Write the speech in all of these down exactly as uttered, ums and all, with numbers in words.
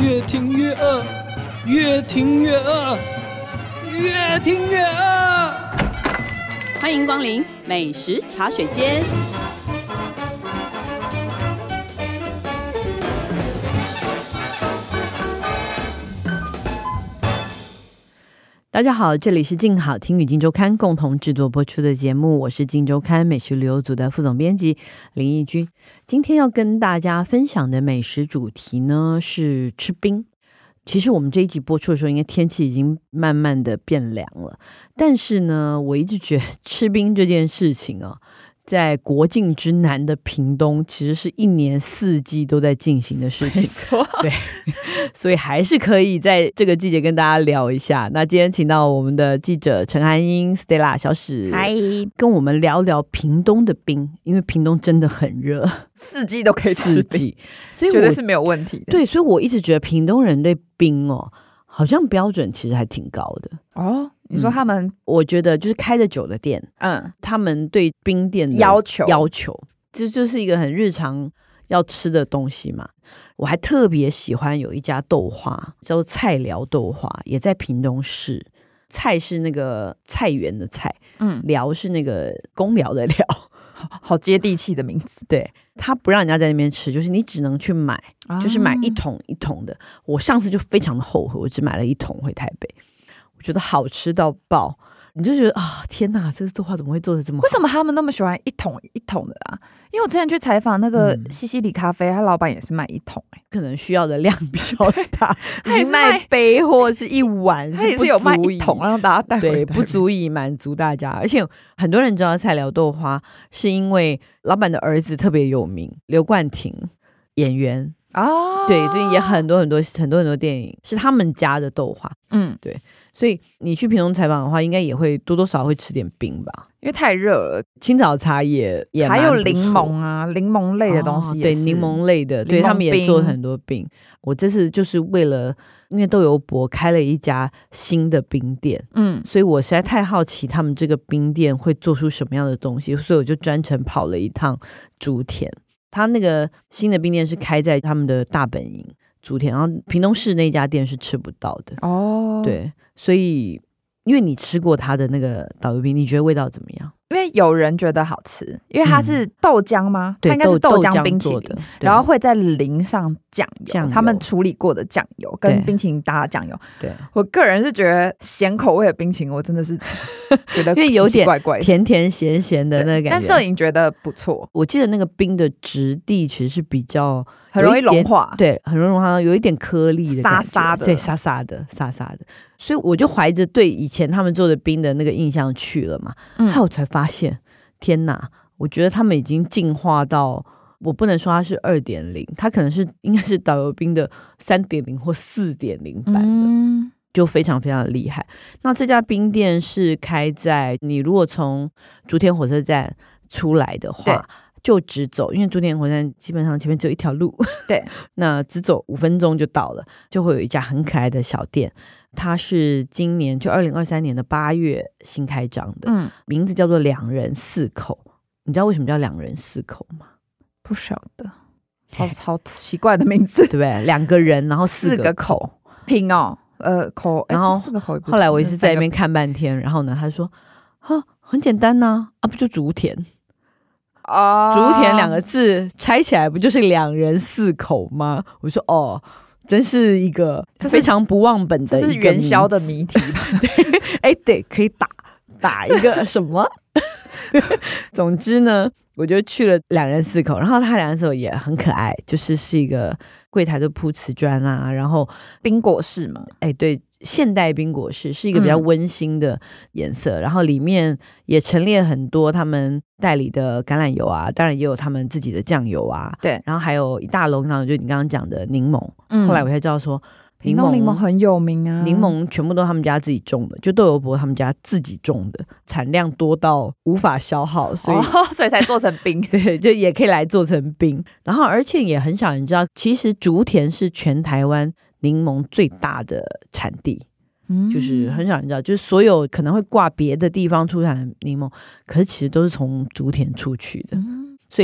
越听越饿，越听越饿，越听越饿。 欢迎光临美食茶水间。大家好，这里是静好听与静周刊共同制作播出的节目，我是静周刊美食旅游组的副总编辑林义君。今天要跟大家分享的美食主题呢是吃冰。其实我们这一集播出的时候，应该天气已经慢慢的变凉了，但是呢，我一直觉得吃冰这件事情啊，在国境之南的屏东，其实是一年四季都在进行的事情。 没错， 对，所以还是可以在这个季节跟大家聊一下。那今天请到我们的记者陈涵英 Stella 小史， 嗨， 跟我们聊聊屏东的冰，因为屏东真的很热， 四季都可以吃冰， 四季，所以我绝对是没有问题的。 对，所以我一直觉得屏东人对冰哦，好像标准其实还挺高的。 哦，你说他们、嗯， 我觉得就是开着酒的店， 嗯， 他们对冰店的要求要求，这就是一个很日常要吃的东西嘛。我还特别喜欢有一家豆花叫做菜寮豆花，也在屏东市。菜是那个菜园的菜，嗯，寮是那个公寮的寮， 好, 好接地气的名字。 对，他不让人家在那边吃，就是你只能去买，啊、就是买一桶一桶的。我上次就非常的后悔，我只买了一桶回台北，我觉得好吃到爆。你就觉得啊，天哪，这个豆花怎么会做得这么好？ 为什么他们那么喜欢一桶一桶的啊？因为我之前去采访那个西西里咖啡，他老板也是卖一桶、欸， 可能需要的量比较大，他也是卖杯或是一碗， 他也是有卖一桶让大家带回来， 对，不足以满足大家。而且很多人知道菜寮豆花，是因为老板的儿子特别有名，刘冠廷演员。哦，对，最近也很多很多很多很多电影是他们家的豆花，嗯，对，所以你去屏东采访的话，应该也会多多少少会吃点冰吧， 因为太热了。 青草茶也也还有柠檬啊，柠檬类的东西也是、 哦、对，柠檬类的，对，他们也做很多冰。我这次就是为了因为豆油伯开了一家新的冰店，嗯，所以我实在太好奇他们这个冰店会做出什么样的东西，所以我就专程跑了一趟竹田。他那个新的冰店是开在他们的大本营竹田，然后屏东市那家店是吃不到的哦。对，所以因为你吃过他的那个导游冰，你觉得味道怎么样？ 因为有人觉得好吃，因为它是豆浆吗？ 嗯、 它应该是豆浆冰淇淋的， 然后会再淋上酱油， 酱油他们处理过的酱油跟冰淇淋搭的酱油。 对， 我个人是觉得咸口味的冰淇淋，我真的是觉得因为有点怪怪的甜甜咸咸的那个感觉。 但摄影觉得不错， 我记得那个冰的质地其实是比较很容易融化， 对，很容易融化，有一点颗粒的沙沙的， 对，沙沙的，沙沙的。所以我就怀着对以前他们做的冰的那个印象去了嘛，嗯，还有才发现。天哪，我觉得他们已经进化到，我不能说它是 二点零， 它可能是应该是导游冰的 三点零 或 四点零 版的、嗯、就非常非常的厉害。那这家冰店是开在你如果从竹田火车站出来的话就直走，因为竹田火车站基本上前面只有一条路， 对， 那只走五分钟就到了，就会有一家很可爱的小店。它是今年就二零二三年的八月新开张的，嗯，名字叫做两人四口。你知道为什么叫两人四口吗？ 不晓得，好好奇怪的名字， 对不对？两个人，然后四个口拼哦，呃口， 然后四个口。 后来我也是在那边看半天，然后呢，他说啊，很简单呐、啊，啊不就竹田哦，竹田两个字拆起来不就是两人四口吗？我说哦。真是一个非常不忘本的一个， 这是元宵的谜题吧？ 对，哎，对，可以打打一个什么？总之呢，我就去了两人四口，然后他两人四口也很可爱，就是是一个柜台的铺瓷砖啊，然后冰果室嘛， 哎，对。现代冰果室是一个比较温馨的颜色、嗯、然后里面也陈列很多他们代理的橄榄油啊，当然也有他们自己的酱油啊， 对， 然后还有一大笼就你刚刚讲的柠檬、嗯、后来我才知道说屏东柠檬很有名啊， 柠檬全部都他们家自己种的，就豆油伯他们家自己种的，产量多到无法消耗，所以、哦、 所以才做成冰对，就也可以来做成冰。然后而且也很少人知道，其实竹田是全台湾柠檬最大的产地、嗯、就是很少人知道，就是所有可能会挂别的地方出产的柠檬，可是其实都是从竹田出去的、嗯、所以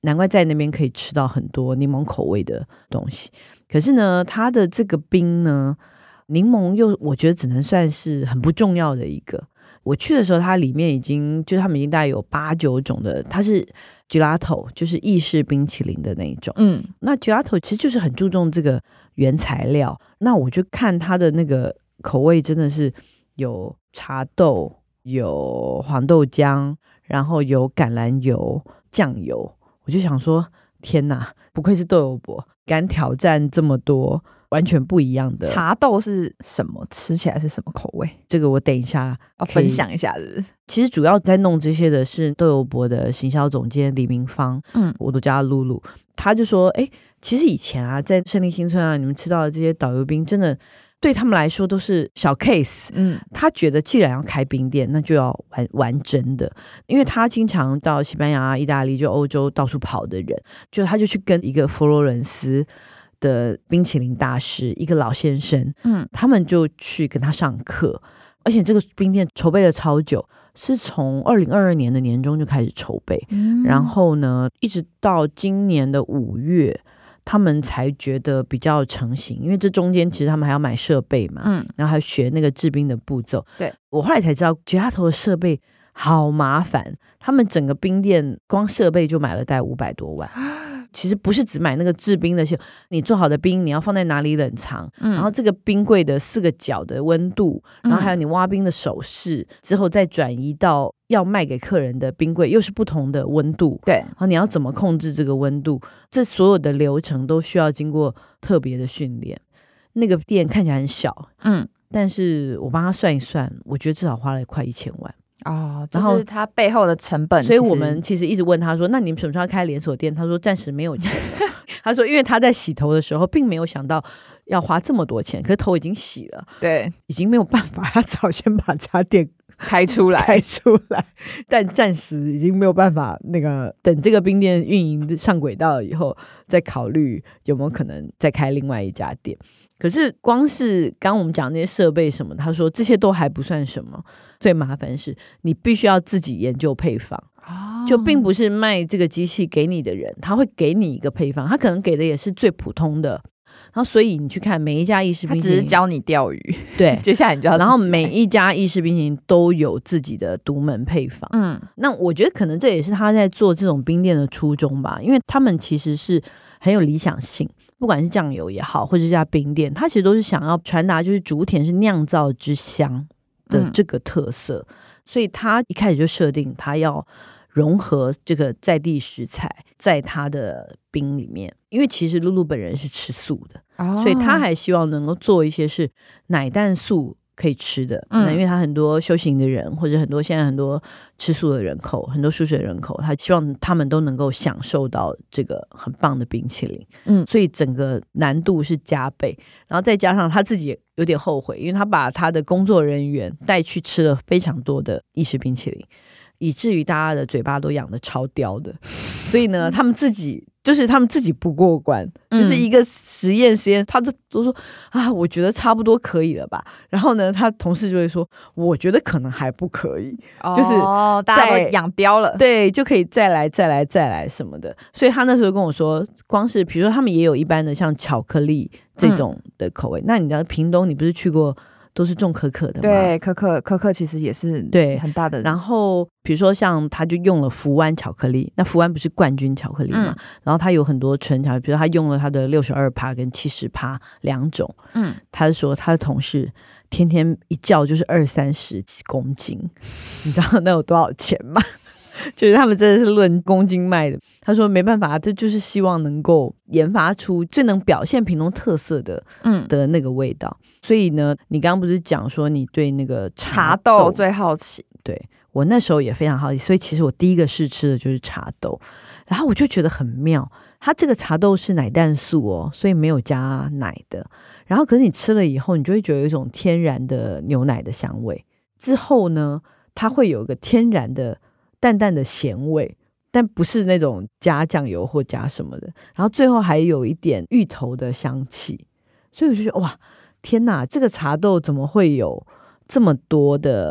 难怪在那边可以吃到很多柠檬口味的东西。可是呢，它的这个冰呢，柠檬又我觉得只能算是很不重要的一个。我去的时候，它里面已经就是他们已经大概有八九种的，它是 gelato， 就是意式冰淇淋的那一种。嗯，那 gelato 其实就是很注重这个原材料。那我就看它的那个口味真的是有茶豆、有黄豆浆，然后有橄榄油、酱油。我就想说，天哪，不愧是豆油伯，敢挑战这么多完全不一样的。 茶豆是什么？吃起来是什么口味？ 这个我等一下要分享一下是不是？ 其实主要在弄这些的是豆油伯的行销总监李明芳，嗯，我都叫他露露。他就说，哎，其实以前啊，在胜利新村啊，你们吃到的这些导游冰，真的对他们来说都是小 case。嗯，他觉得既然要开冰店，那就要玩玩真的，因为他经常到西班牙、意大利，就欧洲到处跑的人，就他就去跟一个佛罗伦斯的冰淇淋大师，一个老先生，嗯，他们就去跟他上课，而且这个冰店筹备了超久，是从二零二二年的年中就开始筹备，嗯，然后呢，一直到今年的五月，他们才觉得比较成型，因为这中间其实他们还要买设备嘛，嗯，然后还学那个制冰的步骤。对，我后来才知道 gelato 的设备好麻烦，他们整个冰店光设备就买了大概五百多万。其实不是只买那个制冰的，你做好的冰你要放在哪里冷藏，嗯，然后这个冰柜的四个角的温度，然后还有你挖冰的手势，之后再转移到要卖给客人的冰柜又是不同的温度，对，然后你要怎么控制这个温度，这所有的流程都需要经过特别的训练。那个店看起来很小，嗯，但是我帮他算一算，我觉得至少花了快一千万。 哦，就是它背后的成本。 所以我们其实一直问他说，那你们什么时候要开连锁店？他说暂时没有钱了。他说因为他在洗头的时候并没有想到要花这么多钱，可是头已经洗了，对，已经没有办法，他早先把这家店开出来开出来，但暂时已经没有办法，那个等这个冰店运营上轨道了以后再考虑有没有可能再开另外一家店。可是光是刚刚我们讲那些设备什么，他说这些都还不算什么，最麻烦是你必须要自己研究配方，哦，就并不是卖这个机器给你的人他会给你一个配方，他可能给的也是最普通的，然后所以你去看每一家意式冰淇淋， 他只是教你钓鱼， 对， 接下来你就要， 然后每一家意式冰淇淋都有自己的独门配方，嗯，那我觉得可能这也是他在做这种冰店的初衷吧，因为他们其实是很有理想性，不管是酱油也好，或者这家冰店，它其实都是想要传达就是竹田是酿造之乡的这个特色，嗯，所以他一开始就设定他要融合这个在地食材在他的冰里面，因为其实露露本人是吃素的，哦，所以他还希望能够做一些是奶蛋素可以吃的，嗯，因为他很多修行的人或者很多现在很多吃素的人口，很多素食的人口，他希望他们都能够享受到这个很棒的冰淇淋，嗯，所以整个难度是加倍，然后再加上他自己有点后悔，因为他把他的工作人员带去吃了非常多的意式冰淇淋，以至于大家的嘴巴都养得超刁的，所以呢他们自己就是他们自己不过关，嗯，就是一个实验实验，他都都说啊，我觉得差不多可以了吧。然后呢，他同事就会说，我觉得可能还不可以，哦，就是大家都养刁了， 对，就可以再来再来再来什么的。所以他那时候跟我说，光是比如说他们也有一般的像巧克力这种的口味，嗯，那你知道屏东你不是去过？都是种可可的嘛， 对，可可可可其实也是对很大的。 然后比如说像他就用了福湾巧克力，那福湾不是冠军巧克力嘛，嗯，然后他有很多纯巧克力，比如他用了他的六十二趴跟七十趴两种，嗯，他就说他的同事天天一叫就是二三十公斤，你知道那有多少钱吗？就是他们真的是论公斤卖的。他说没办法，这就是希望能够研发出最能表现屏东特色的嗯的那个味道。所以呢，你刚刚不是讲说你对那个茶豆, 茶豆最好奇？ 对，我那时候也非常好奇，所以其实我第一个试吃的就是茶豆，然后我就觉得很妙，它这个茶豆是奶蛋素哦，所以没有加奶的。然后可是你吃了以后，你就会觉得有一种天然的牛奶的香味。之后呢，它会有一个天然的淡淡的咸味，但不是那种加酱油或加什么的。然后最后还有一点芋头的香气，所以我就觉得哇，天哪，这个茶豆怎么会有这么多的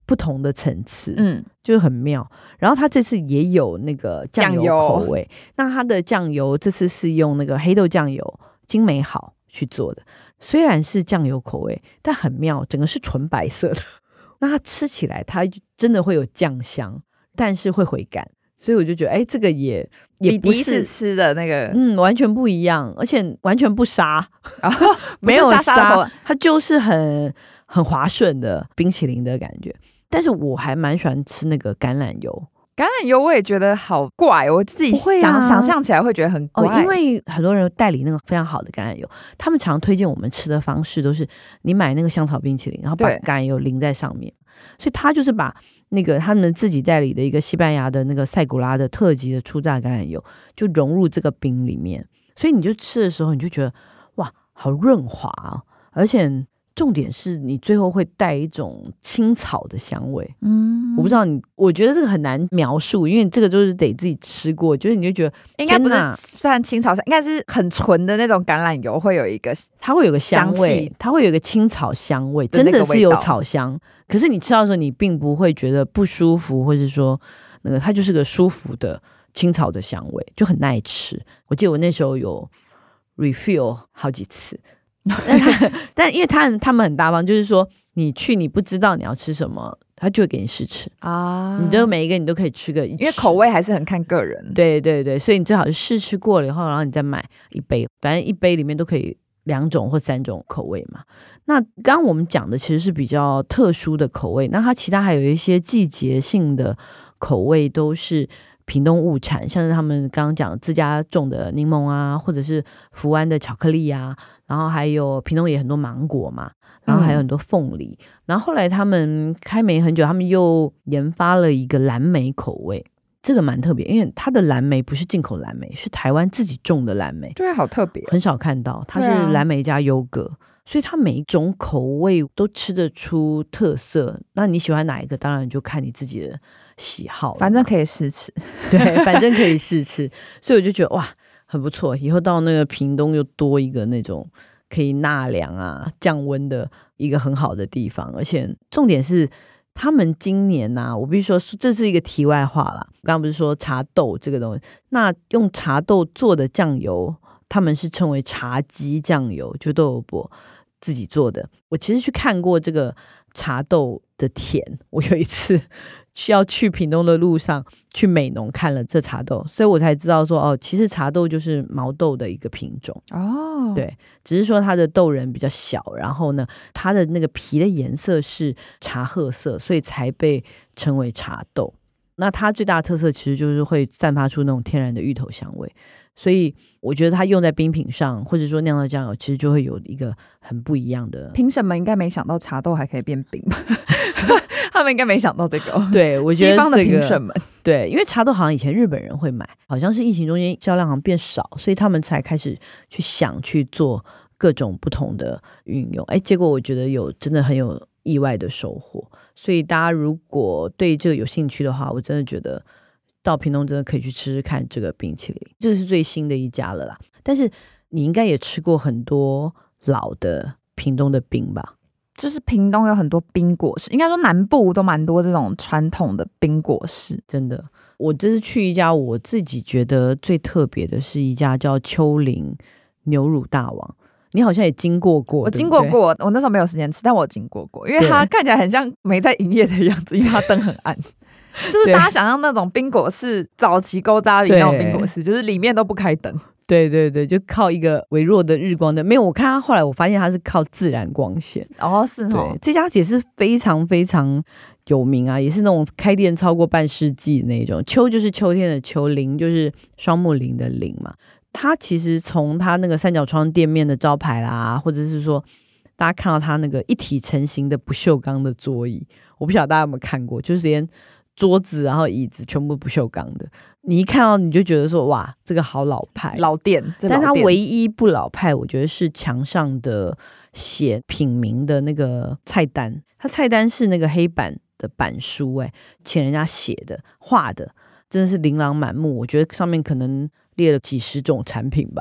不同的层次， 嗯， 就很妙。然后它这次也有那个酱油口味，那它的酱油这次是用那个黑豆酱油金美好去做的，虽然是酱油口味，但很妙，整个是纯白色的。那它吃起来它真的会有酱香，但是会回甘，所以我就觉得哎，这个也也不是比第一次吃的那个嗯完全不一样，而且完全不沙， 哦、 没有沙， 沙沙它就是很很滑顺的冰淇淋的感觉。但是我还蛮喜欢吃那个橄榄油， 橄榄油我也觉得好怪，我自己想、啊、想象起来会觉得很怪、 哦、因为很多人代理那个非常好的橄榄油，他们常推荐我们吃的方式都是你买那个香草冰淇淋，然后把橄榄油淋在上面，所以他就是把那个他们自己代理的一个西班牙的那个塞古拉的特级的初榨橄榄油就融入这个冰里面，所以你就吃的时候你就觉得哇好润滑啊，而且重点是你最后会带一种青草的香味，嗯，我不知道你，我觉得这个很难描述，因为这个就是得自己吃过，就是你就觉得应该不是算青草香，应该是很纯的那种橄榄油，会有一个它会有个香味，它会有一个青草香味，真的是有草香，可是你吃到的时候你并不会觉得不舒服，或是说那个它就是个舒服的青草的香味，就很耐吃。我记得我那时候有 refill 好几次。但, 但因为他他们很大方，就是说你去你不知道你要吃什么，他就会给你试吃啊，你就每一个你都可以吃个一吃， 因为口味还是很看个人。 对对对，所以你最好是试吃过了以后，然后你再买一杯，反正一杯里面都可以两种或三种口味嘛。那刚刚我们讲的其实是比较特殊的口味，那它其他还有一些季节性的口味都是屏东物产，像是他们刚刚讲自家种的柠檬啊，或者是福安的巧克力啊，然后还有屏东也很多芒果嘛，然后还有很多凤梨、嗯、然后后来他们开没很久，他们又研发了一个蓝莓口味，这个蛮特别，因为它的蓝莓不是进口蓝莓，是台湾自己种的蓝莓， 对，好特别， 很少看到，它是蓝莓加优格、啊、所以它每一种口味都吃得出特色，那你喜欢哪一个当然就看你自己的喜好， 反正可以试吃， 对，反正可以试吃，所以我就觉得哇很不错，以后到那个屏东又多一个那种可以纳凉啊降温的一个很好的地方，而且重点是他们今年啊，我必须说这是一个题外话啦，刚刚不是说茶豆这个东西，那用茶豆做的酱油他们是称为茶基酱油，就豆油伯自己做的。我其实去看过这个茶豆的田，我有一次需要去屏东的路上去美浓看了这茶豆，所以我才知道说哦，其实茶豆就是毛豆的一个品种哦。对，只是说它的豆仁比较小，然后呢它的那个皮的颜色是茶褐色，所以才被称为茶豆。那它最大的特色其实就是会散发出那种天然的芋头香味，所以我觉得它用在冰品上或者说酿造酱油其实就会有一个很不一样的。 评审们应该没想到茶豆还可以变冰吧他们应该没想到这个、哦、 对，我觉得、这个、 西方的评审们， 对，因为茶豆好像以前日本人会买，好像是疫情中间销量好像变少，所以他们才开始去想去做各种不同的运用，哎，结果我觉得有真的很有意外的收获，所以大家如果对这个有兴趣的话，我真的觉得到屏东真的可以去吃吃看这个冰淇淋，这个是最新的一家了啦。但是你应该也吃过很多老的屏东的冰吧？ 就是屏东有很多冰果室，应该说南部都蛮多这种传统的冰果室。 真的，我这次去一家我自己觉得最特别的是一家叫丘陵牛乳大王，你好像也经过过。 我经过过，我那时候没有时间吃，但我经过过，因为它看起来很像没在营业的样子，因为它灯很暗就是大家想象那种冰果室，早期勾扎里那种冰果室，就是里面都不开灯。 对对对，就靠一个微弱的日光灯。没有，我看他后来我发现他是靠自然光线。 哦，是哦。 对，这家也是非常非常有名啊，也是那种开店超过半世纪的那种。秋就是秋天的秋，林就是双木林的林嘛。他其实从他那个三角窗店面的招牌啦，或者是说大家看到他那个一体成型的不锈钢的桌椅，我不晓得大家有没有看过，就是连桌子然后椅子全部不锈钢的，你一看到你就觉得说哇这个好老派老店， 但它唯一不老派我觉得是墙上的写品名的那个菜单，它菜单是那个黑板的板书，哎，请人家写的画的真的是琳琅满目，我觉得上面可能列了几十种产品吧，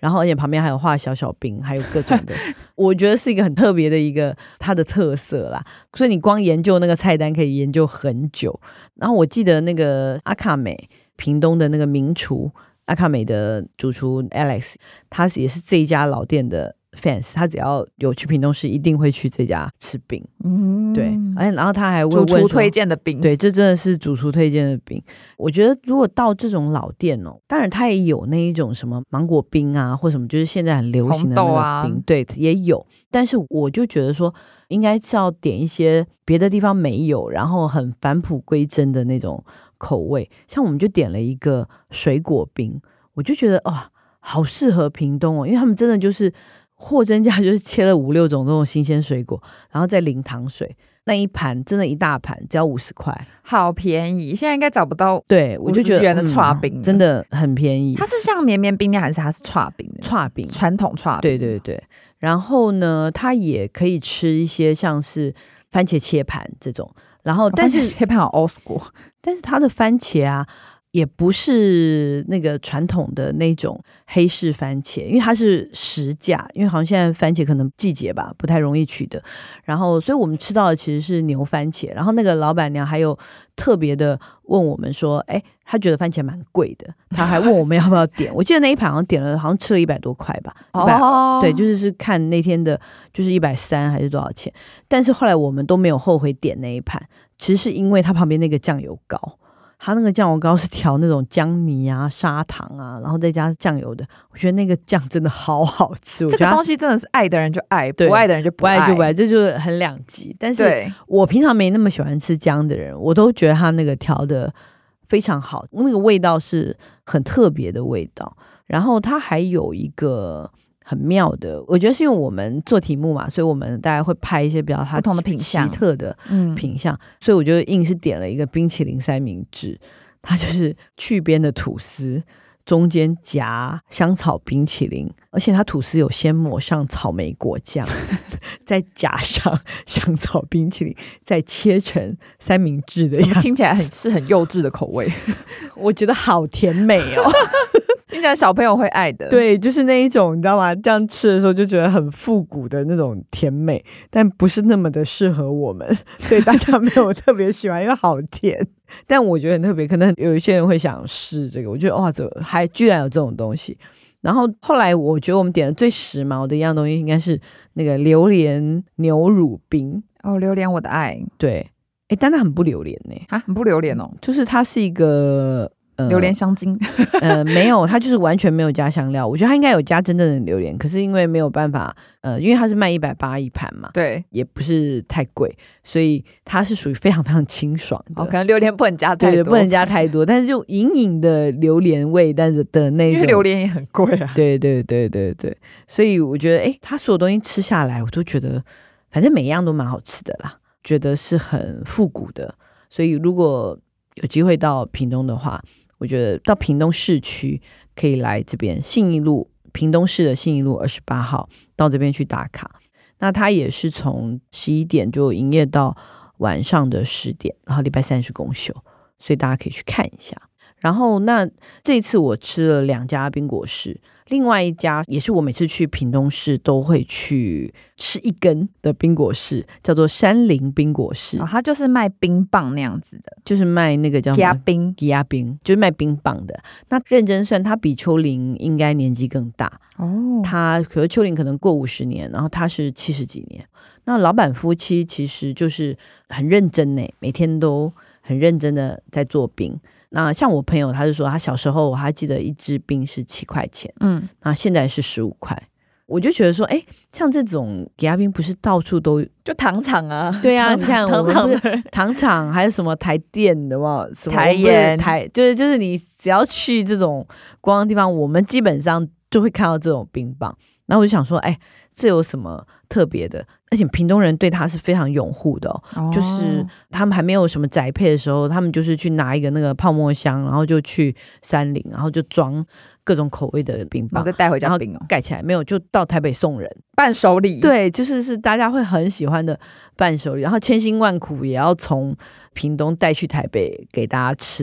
然后而且旁边还有画小小兵，还有各种的，我觉得是一个很特别的一个它的特色啦。所以你光研究那个菜单可以研究很久。然后我记得那个阿卡美，屏东的那个名厨阿卡美的主厨 Alex， 他也是这一家老店的fans， 他只要有去屏东市一定会去这家吃饼。嗯，对，而且然后他还会问主厨推荐的饼， 对，这真的是主厨推荐的饼。我觉得如果到这种老店哦，当然他也有那一种什么芒果冰啊或什么，就是现在很流行的那个饼、啊、对，也有。但是我就觉得说应该是要点一些别的地方没有，然后很返璞归真的那种口味。像我们就点了一个水果冰，我就觉得哇、哦，好适合屏东哦，因为他们真的就是货真价就是切了五六种这种新鲜水果，然后再淋糖水，那一盘真的一大盘只要五十块， 好便宜。现在应该找不到， 对，我就觉得元的剉冰、嗯、 真的很便宜。 它是像绵绵冰店还是它是剉冰？ 剉冰， 传统剉冰。 对对对。然后呢，它也可以吃一些像是番茄切盘这种，然后但是、 哦、切盘好 old school， 但是它的番茄啊。也不是那个传统的那种黑市番茄，因为它是实价，因为好像现在番茄可能季节吧不太容易取得，然后所以我们吃到的其实是牛番茄。然后那个老板娘还有特别的问我们说，哎，她觉得番茄蛮贵的，她还问我们要不要点。我记得那一盘好像点了，好像吃了一百多块吧，哦，对，就是是看那天的，就是一百三还是多少钱。但是后来我们都没有后悔点那一盘，其实是因为它旁边那个酱油膏。它那个酱油膏是调那种姜泥啊、砂糖啊，然后再加酱油的。我觉得那个酱真的好好吃。 这个东西真的是爱的人就爱，不爱的人就不爱， 不爱就不爱，这就是很两极。但是我平常没那么喜欢吃姜的人，我都觉得它那个调的非常好，那个味道是很特别的味道。然后它还有一个很妙的，我觉得是因为我们做题目嘛，所以我们大家会拍一些比较它不同的品相、 奇特的品相、嗯，所以我就硬是点了一个冰淇淋三明治，它就是去边的吐司，中间夹香草冰淇淋，而且它吐司有先抹上草莓果酱，再加上香草冰淇淋，再切成三明治的样子， 听起来很是很幼稚的口味， 我觉得好甜美哦。 听起来小朋友会爱的。 对，就是那一种你知道吗，这样吃的时候就觉得很复古的那种甜美，但不是那么的适合我们，所以大家没有特别喜欢，因为好甜。但我觉得很特别，可能有一些人会想试这个，我觉得哇，这还居然有这种东西。然后后来我觉得我们点的最时髦的一样东西应该是那个榴莲牛乳冰。 哦，榴莲我的爱。 对，哎，但它很不榴莲呢、欸， 啊，很不榴莲哦， 就是它是一个。 呃、榴莲香精呃，没有，它就是完全没有加香料。我觉得它应该有加真正的榴莲，可是因为没有办法，呃，因为它是卖一百八一盘嘛， 对， 也不是太贵，所以它是属于非常非常清爽的。 哦，可能榴莲不能加太多， 对，不能加太多，但是就隐隐的榴莲味，但是的那种， 因为榴莲也很贵啊。 对对对对对，所以我觉得，哎，它所有东西吃下来，我都觉得，反正每一样都蛮好吃的啦，觉得是很复古的。所以如果有机会到屏东的话，我觉得到屏东市区可以来这边信义路，屏东市的信义路二十八号到这边去打卡。那它也是从十一点就营业到晚上的十点，然后礼拜三是公休，所以大家可以去看一下。然后那这一次我吃了两家冰果室，另外一家也是我每次去屏东市都会去吃一根的冰果室，叫做山林冰果室。 哦，它就是卖冰棒那样子的， 就是卖那个叫加冰加冰，就是卖冰棒的。那认真算，他比秋玲应该年纪更大哦。他可是秋玲可能过五十年，然后他是七十几年。那老板夫妻其实就是很认真呢，每天都很认真的在做冰。那像我朋友，他就说他小时候我还记得一支冰是七块钱，嗯，那现在是十五块。我就觉得说，哎，像这种给亚冰不是到处都就糖厂啊？ 对啊，你看我们不是糖厂，还有什么台电的嘛，什么台盐台，就是就是你只要去这种观光地方，我们基本上就会看到这种冰棒。然后我就想说，哎，这有什么特别的？而且屏东人对他是非常拥护的、哦哦、就是他们还没有什么宅配的时候，他们就是去拿一个那个泡沫箱，然后就去山林，然后就装各种口味的冰棒， 再带回家冰哦， 盖起来没有就到台北送人伴手礼。 对，就是是大家会很喜欢的伴手礼，然后千辛万苦也要从屏东带去台北给大家吃的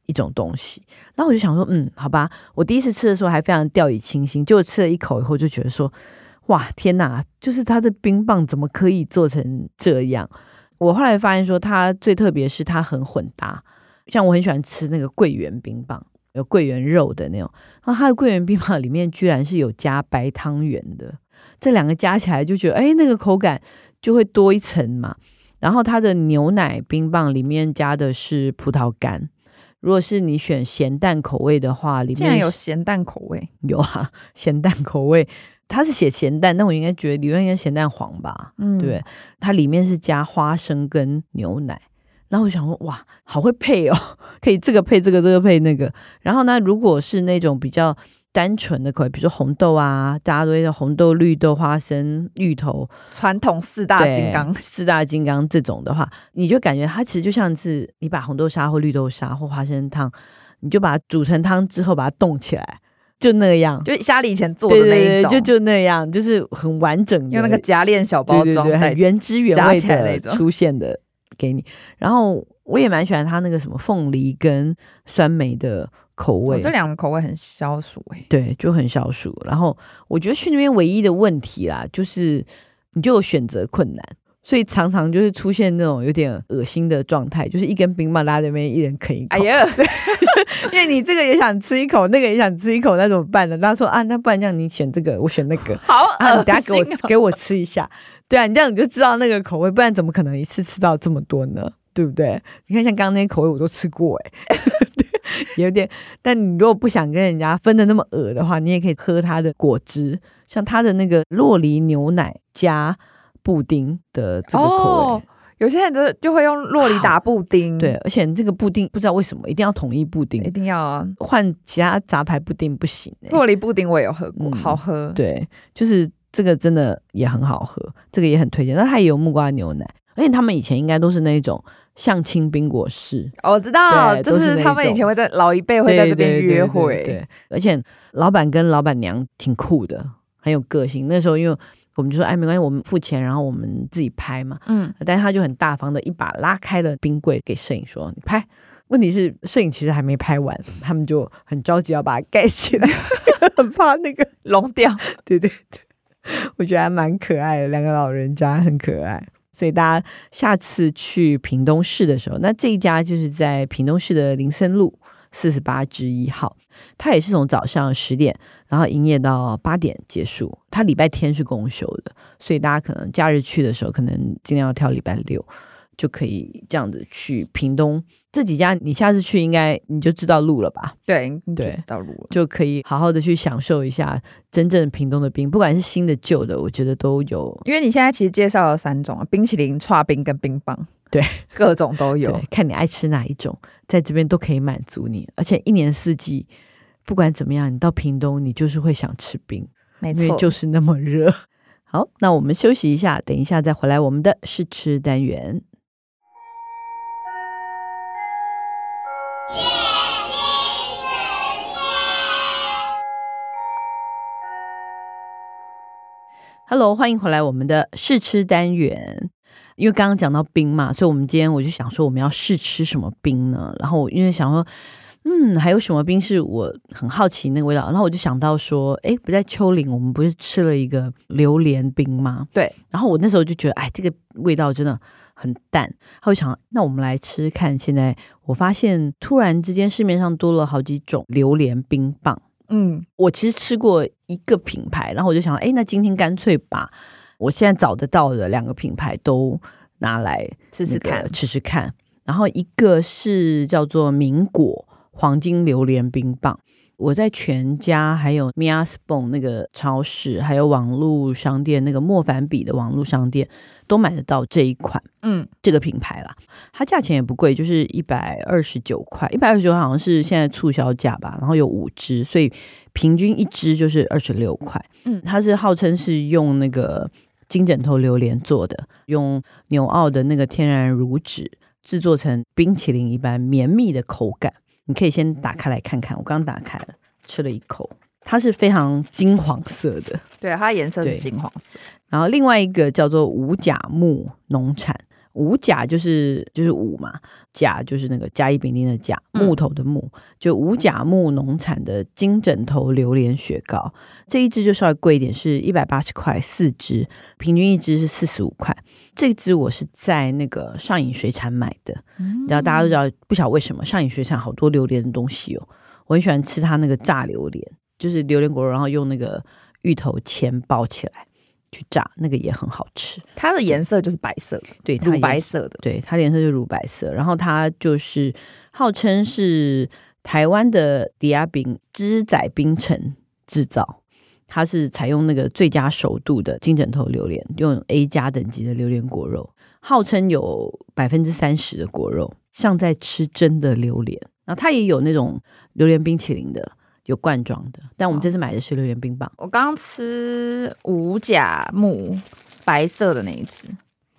一种东西。然后我就想说嗯好吧，我第一次吃的时候还非常掉以轻心，结果吃了一口以后就觉得说哇天哪，就是它的冰棒怎么可以做成这样。我后来发现说它最特别是它很混搭，像我很喜欢吃那个桂圆冰棒，有桂圆肉的那种，然后它的桂圆冰棒里面居然是有加白汤圆的，这两个加起来就觉得哎，那个口感就会多一层嘛。然后它的牛奶冰棒里面加的是葡萄干，如果是你选咸蛋口味的话，里面竟然有咸蛋口味？ 有啊，咸蛋口味，它是写咸蛋，但我应该觉得理论应该咸蛋黄吧，嗯，对，它里面是加花生跟牛奶。然后我想说哇好会配哦，可以这个配这个这个配那个。然后呢如果是那种比较单纯的口味，比如说红豆啊，大家都会叫红豆、绿豆、花生、芋头， 传统四大金刚， 四大金刚这种的话，你就感觉它其实就像是你把红豆沙或绿豆沙或花生汤，你就把它煮成汤之后把它冻起来，就那样， 就家里以前做的那一种， 对对对，就就那样，就是很完整的， 用那个夹链小包装， 对对对，很原汁原味的出现的给你。然后我也蛮喜欢它那个什么凤梨跟酸梅的口味， 哦，这两个口味很消暑欸， 对，就很消暑。然后我觉得去那边唯一的问题啦，就是你就有选择困难，所以常常就是出现那种有点恶心的状态，就是一根冰棒拉在那边一人啃一口， 哎呀， 因为你这个也想吃一口，那个也想吃一口，那怎么办呢？他说啊，那不然这样你选这个，我选那个， 好恶心哦， 啊，你等下给我给我吃一下，对啊，你这样你就知道那个口味，不然怎么可能一次吃到这么多呢？对不对？你看像刚刚那些口味我都吃过哎，有点。但你如果不想跟人家分的那么恶的话，你也可以喝它的果汁，像它的那个酪梨牛奶加布丁的这个口味。 哦，有些人就就会用酪梨打布丁， 对，而且这个布丁不知道为什么一定要统一布丁， 一定要啊， 换其他杂牌布丁不行欸。 酪梨布丁我也有喝过， 嗯， 好喝。 对，就是这个真的也很好喝，这个也很推荐。那它也有木瓜牛奶，而且他们以前应该都是那种相亲冰果室， 哦，我知道，就是他们以前会在老一辈会在这边约会， 对对对对对，而且老板跟老板娘挺酷的，很有个性。那时候因为我们就说哎没关系，我们付钱然后我们自己拍嘛，嗯，但是他就很大方的一把拉开了冰柜给摄影说你拍。问题是摄影其实还没拍完，他们就很着急要把它盖起来很怕那个融掉。 对对对，我觉得还蛮可爱的，两个老人家很可爱。所以大家下次去屏东市的时候，那这一家就是在屏东市的林森路四十八之一号，它也是从早上十点然后营业到八点结束，它礼拜天是公休的，所以大家可能假日去的时候可能尽量要挑礼拜六，就可以这样子去屏东这几家，你下次去应该你就知道路了吧？ 对，你就知道路了， 就可以好好的去享受一下真正屏东的冰，不管是新的旧的，我觉得都有。 因为你现在其实介绍了三种，冰淇淋、剉冰跟冰棒， 对， 各种都有， 对，看你爱吃哪一种，在这边都可以满足你。而且一年四季，不管怎么样，你到屏东你就是会想吃冰， 没错， 因为就是那么热。好，那我们休息一下，等一下再回来我们的试吃单元。Hello， 欢迎回来我们的试吃单元。因为刚刚讲到冰嘛，所以我们今天我就想说我们要试吃什么冰呢？然后因为想说嗯还有什么冰是我很好奇那个味道，然后我就想到说哎，不在丘陵我们不是吃了一个榴莲冰吗？ 对， 然后我那时候就觉得哎，这个味道真的很淡，然后我想那我们来吃看。现在我发现突然之间市面上多了好几种榴莲冰棒。嗯，我其实吃过一个品牌，然后我就想哎，那今天干脆把我现在找得到的两个品牌都拿来吃吃看， 吃吃看。然后一个是叫做民果黄金榴莲冰棒，我在全家还有 Mia Spoon 那个超市，还有网络商店那个莫凡比的网络商店都买得到这一款，嗯，这个品牌啦。它价钱也不贵，就是一百二十九块，一百二十九好像是现在促销价吧。然后有五支，所以平均一支就是二十六块。嗯，它是号称是用那个金枕头榴莲做的，用纽澳的那个天然乳脂制作成冰淇淋一般绵密的口感。你可以先打开来看看，我刚打开了，吃了一口，它是非常金黄色的， 对，它的颜色是金黄色。 然后另外一个叫做五甲木农产， 五甲就是就是五嘛，甲就是那个甲乙丙丁的甲，木头的木，就五甲木农产的金枕头榴莲雪糕，这一支就稍微贵一点，是一百八十块四支，平均一支是四十五块。这支我是在那个上引水产买的，嗯、然后大家都知道，不晓得为什么上引水产好多榴莲的东西哦，我很喜欢吃它那个炸榴莲，就是榴莲果肉，然后用那个芋头签包起来。去炸那个也很好吃， 它的颜色就是白色的， 对， 乳白色的， 对，它的颜色就是乳白色。然后它就是号称是台湾的抵押饼芝仔冰城制造，它是采用那个最佳熟度的金枕头榴莲，用 A 加等级的榴莲果肉，号称有百分之三十的果肉，像在吃真的榴莲。然后它也有那种榴莲冰淇淋的。有罐装的，但我们这次买的是榴莲冰棒。 我刚刚吃五甲木白色的那一只，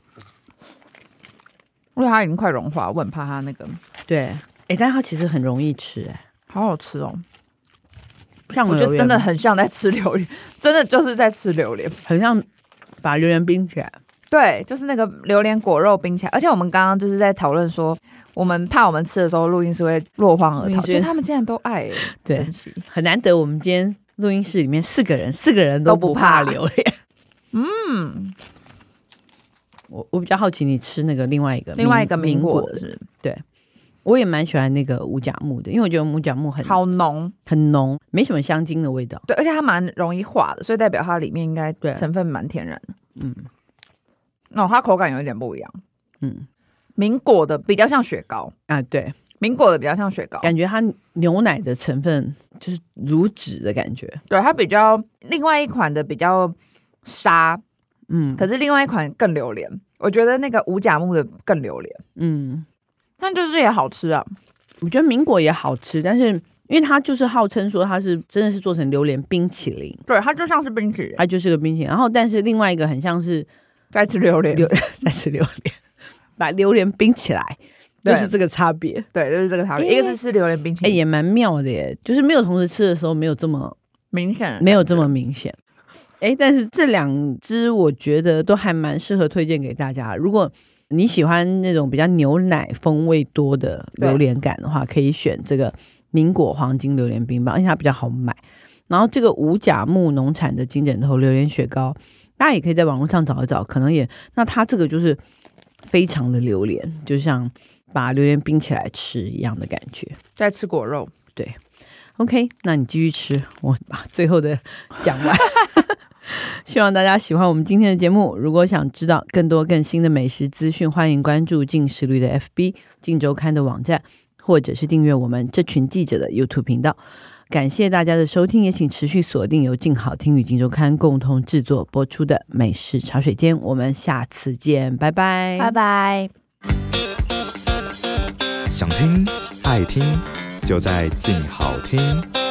因为它已经快融化，我很怕它那个。 对，哎、欸，但是它其实很容易吃、欸，哎， 好好吃哦。 像我觉得真的很像在吃榴莲，真的就是在吃榴莲， 很像把榴莲冰起来。 对，就是那个榴莲果肉冰起来，而且我们刚刚就是在讨论说。我们怕我们吃的时候录音室会落荒而逃，觉得他们竟然都爱、欸， 对， 神奇， 很难得。我们今天录音室里面四个人，四个人都不怕榴莲。嗯，我我比较好奇你吃那个另外一个另外一个民果的是不是？ 对，我也蛮喜欢那个五甲木的，因为我觉得五甲木很好浓， 很浓，没什么香精的味道。 对，而且它蛮容易化的，所以代表它里面应该成分蛮天然的。嗯，哦，它口感有一点不一样。嗯。民果的比较像雪糕啊，对， 民果的比较像雪糕， 感觉它牛奶的成分就是乳脂的感觉。 对，它比较另外一款的比较沙，嗯，可是另外一款更榴莲，我觉得那个五甲木的更榴莲，嗯，但就是也好吃啊。 我觉得民果也好吃，但是因为它就是号称说它是真的是做成榴莲冰淇淋， 对，它就像是冰淇淋， 它就是个冰淇淋。然后，但是另外一个很像是在吃榴莲， 在吃榴莲。把榴莲冰起来，就是这个差别。 对，就是这个差别。欸、一个是吃榴莲冰淇淋， 哎、欸，也蛮妙的耶，就是没有同时吃的时候没有这么明显， 没有这么明显。哎、欸，但是这两支我觉得都还蛮适合推荐给大家。如果你喜欢那种比较牛奶风味多的榴莲感的话，可以选这个民果黄金榴莲冰棒，而且它比较好买。然后这个五甲木农产的金枕头榴莲雪糕，大家也可以在网络上找一找，可能也那它这个就是非常的榴莲，就像把榴莲冰起来吃一样的感觉， 在吃果肉。 对 ，OK， 那你继续吃，我把最后的讲完。希望大家喜欢我们今天的节目。如果想知道更多更新的美食资讯，欢迎关注镜时旅的 F B、镜周刊的网站，或者是订阅我们这群记者的 YouTube 频道。感谢大家的收听，也请持续锁定由镜好听与镜周刊共同制作播出的美食茶水间。我们下次见，拜拜， 拜拜。 想听爱听，就在镜好听。